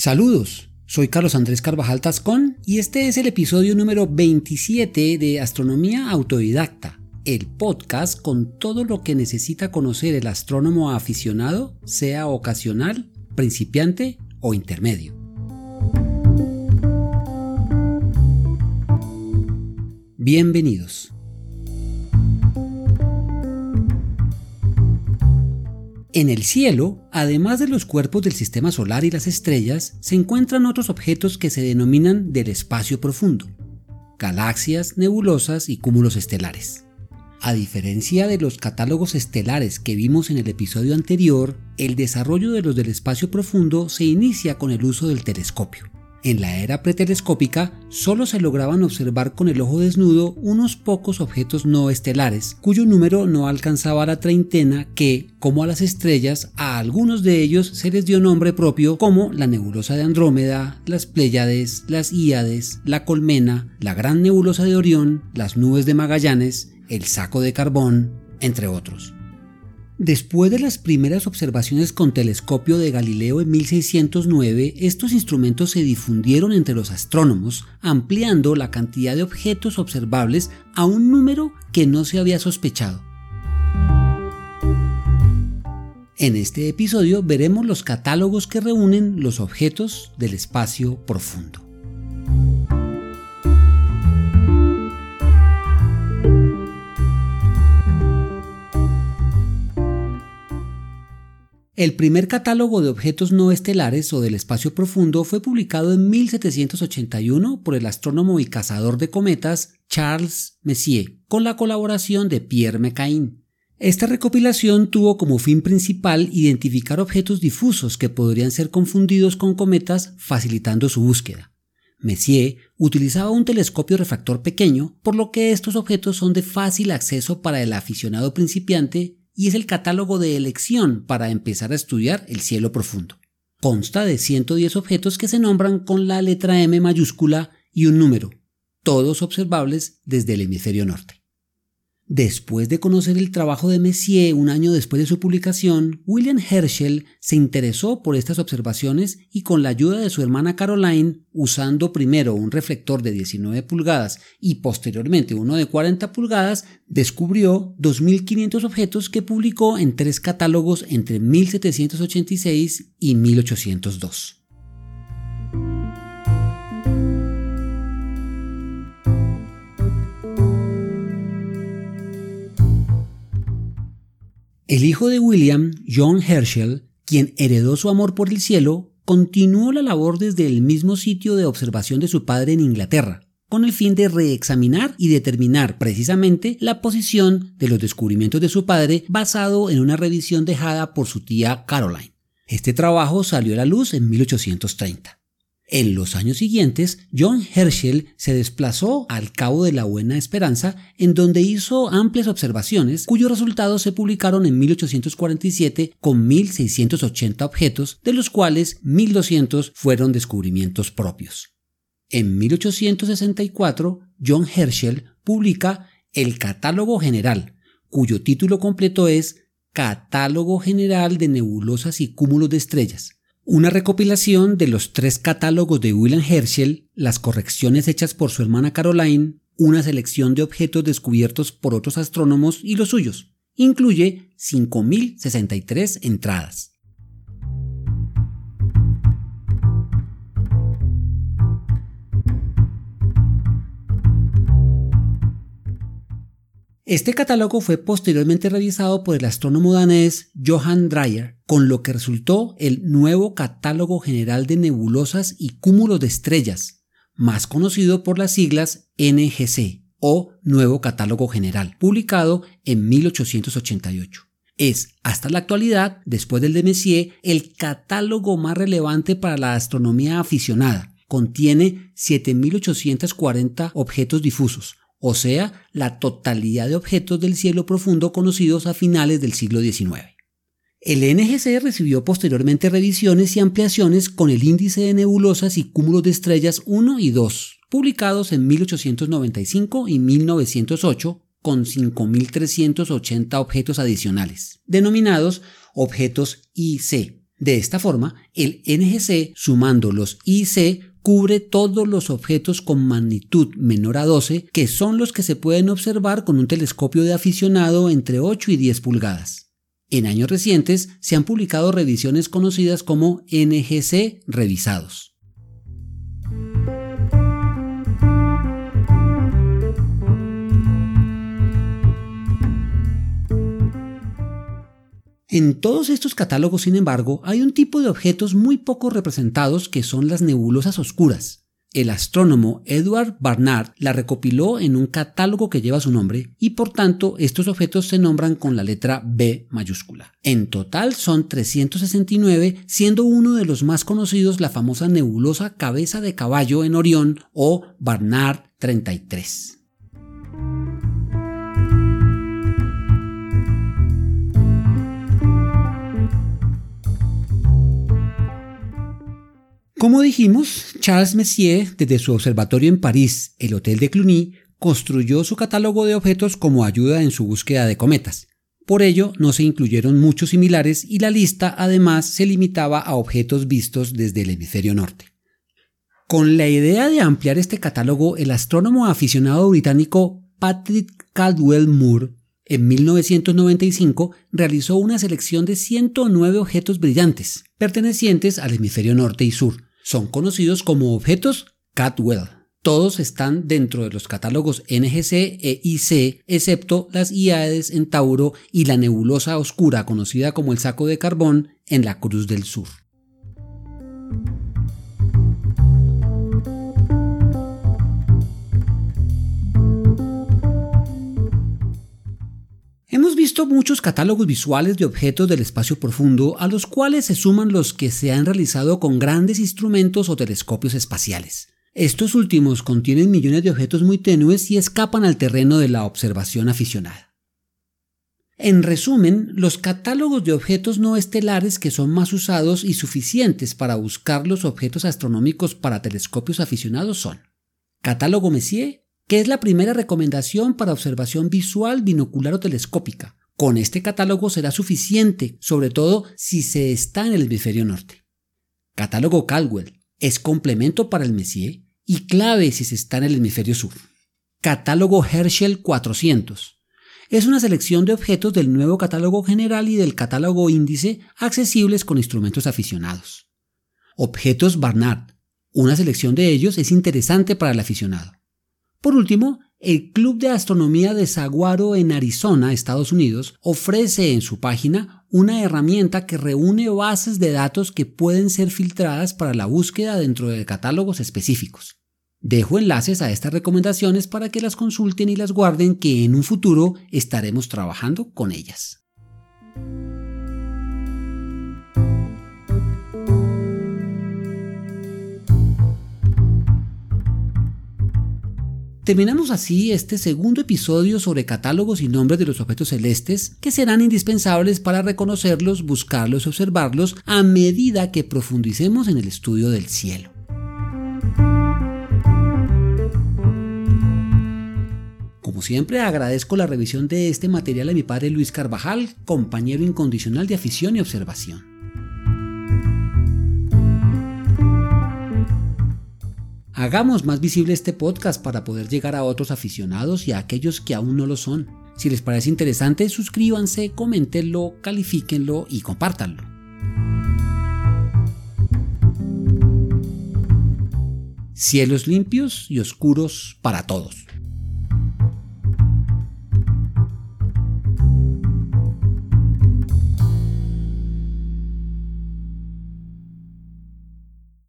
Saludos, soy Carlos Andrés Carvajal Tascón y este es el episodio número 27 de Astronomía Autodidacta, el podcast con todo lo que necesita conocer el astrónomo aficionado, sea ocasional, principiante o intermedio. Bienvenidos. En el cielo, además de los cuerpos del sistema solar y las estrellas, se encuentran otros objetos que se denominan del espacio profundo: galaxias, nebulosas y cúmulos estelares. A diferencia de los catálogos estelares que vimos en el episodio anterior, el desarrollo de los del espacio profundo se inicia con el uso del telescopio. En la era pretelescópica, solo se lograban observar con el ojo desnudo unos pocos objetos no estelares, cuyo número no alcanzaba la treintena que, como a las estrellas, a algunos de ellos se les dio nombre propio como la nebulosa de Andrómeda, las Pléyades, las Híades, la Colmena, la Gran Nebulosa de Orión, las Nubes de Magallanes, el Saco de Carbón, entre otros. Después de las primeras observaciones con telescopio de Galileo en 1609, estos instrumentos se difundieron entre los astrónomos, ampliando la cantidad de objetos observables a un número que no se había sospechado. En este episodio veremos los catálogos que reúnen los objetos del espacio profundo. El primer catálogo de objetos no estelares o del espacio profundo fue publicado en 1781 por el astrónomo y cazador de cometas Charles Messier, con la colaboración de Pierre Mécain. Esta recopilación tuvo como fin principal identificar objetos difusos que podrían ser confundidos con cometas, facilitando su búsqueda. Messier utilizaba un telescopio refractor pequeño, por lo que estos objetos son de fácil acceso para el aficionado principiante y es el catálogo de elección para empezar a estudiar el cielo profundo. Consta de 110 objetos que se nombran con la letra M mayúscula y un número, todos observables desde el hemisferio norte. Después de conocer el trabajo de Messier un año después de su publicación, William Herschel se interesó por estas observaciones y con la ayuda de su hermana Caroline, usando primero un reflector de 19 pulgadas y posteriormente uno de 40 pulgadas, descubrió 2.500 objetos que publicó en 3 catálogos entre 1786 y 1802. El hijo de William, John Herschel, quien heredó su amor por el cielo, continuó la labor desde el mismo sitio de observación de su padre en Inglaterra, con el fin de reexaminar y determinar precisamente la posición de los descubrimientos de su padre basado en una revisión dejada por su tía Caroline. Este trabajo salió a la luz en 1830. En los años siguientes, John Herschel se desplazó al Cabo de la Buena Esperanza, en donde hizo amplias observaciones, cuyos resultados se publicaron en 1847 con 1.680 objetos, de los cuales 1.200 fueron descubrimientos propios. En 1864, John Herschel publica el Catálogo General, cuyo título completo es Catálogo General de Nebulosas y Cúmulos de Estrellas. Una recopilación de los 3 catálogos de William Herschel, las correcciones hechas por su hermana Caroline, una selección de objetos descubiertos por otros astrónomos y los suyos. Incluye 5.063 entradas. Este catálogo fue posteriormente revisado por el astrónomo danés Johan Dreyer, con lo que resultó el Nuevo Catálogo General de Nebulosas y Cúmulos de Estrellas, más conocido por las siglas NGC o Nuevo Catálogo General, publicado en 1888. Es, hasta la actualidad, después del de Messier, el catálogo más relevante para la astronomía aficionada. Contiene 7.840 objetos difusos, o sea, la totalidad de objetos del cielo profundo conocidos a finales del siglo XIX. El NGC recibió posteriormente revisiones y ampliaciones con el índice de nebulosas y cúmulos de estrellas 1 y 2, publicados en 1895 y 1908, con 5.380 objetos adicionales, denominados objetos IC, De esta forma, el NGC, sumando los IC, cubre todos los objetos con magnitud menor a 12, que son los que se pueden observar con un telescopio de aficionado entre 8 y 10 pulgadas. En años recientes se han publicado revisiones conocidas como NGC revisados. En todos estos catálogos, sin embargo, hay un tipo de objetos muy poco representados que son las nebulosas oscuras. El astrónomo Edward Barnard la recopiló en un catálogo que lleva su nombre y por tanto estos objetos se nombran con la letra B mayúscula. En total son 369, siendo uno de los más conocidos la famosa nebulosa Cabeza de Caballo en Orión o Barnard 33. Como dijimos, Charles Messier, desde su observatorio en París, el Hotel de Cluny, construyó su catálogo de objetos como ayuda en su búsqueda de cometas. Por ello, no se incluyeron muchos similares y la lista además se limitaba a objetos vistos desde el hemisferio norte. Con la idea de ampliar este catálogo, el astrónomo aficionado británico Patrick Caldwell Moore en 1995 realizó una selección de 109 objetos brillantes, pertenecientes al hemisferio norte y sur. Son conocidos como objetos Caldwell. Todos están dentro de los catálogos NGC e IC, excepto las Híades en Tauro y la nebulosa oscura conocida como el saco de carbón en la Cruz del Sur. Hemos visto muchos catálogos visuales de objetos del espacio profundo a los cuales se suman los que se han realizado con grandes instrumentos o telescopios espaciales. Estos últimos contienen millones de objetos muy tenues y escapan al terreno de la observación aficionada. En resumen, los catálogos de objetos no estelares que son más usados y suficientes para buscar los objetos astronómicos para telescopios aficionados son Catálogo Messier, que es la primera recomendación para observación visual binocular o telescópica. Con este catálogo será suficiente, sobre todo si se está en el hemisferio norte. Catálogo Caldwell es complemento para el Messier y clave si se está en el hemisferio sur. Catálogo Herschel 400 es una selección de objetos del nuevo catálogo general y del catálogo índice accesibles con instrumentos aficionados. Objetos Barnard, una selección de ellos es interesante para el aficionado. Por último, el Club de Astronomía de Saguaro en Arizona, Estados Unidos, ofrece en su página una herramienta que reúne bases de datos que pueden ser filtradas para la búsqueda dentro de catálogos específicos. Dejo enlaces a estas recomendaciones para que las consulten y las guarden, que en un futuro estaremos trabajando con ellas. Terminamos así este segundo episodio sobre catálogos y nombres de los objetos celestes que serán indispensables para reconocerlos, buscarlos y observarlos a medida que profundicemos en el estudio del cielo. Como siempre, agradezco la revisión de este material a mi padre Luis Carvajal, compañero incondicional de afición y observación. Hagamos más visible este podcast para poder llegar a otros aficionados y a aquellos que aún no lo son. Si les parece interesante, suscríbanse, coméntenlo, califíquenlo y compártanlo. Cielos limpios y oscuros para todos.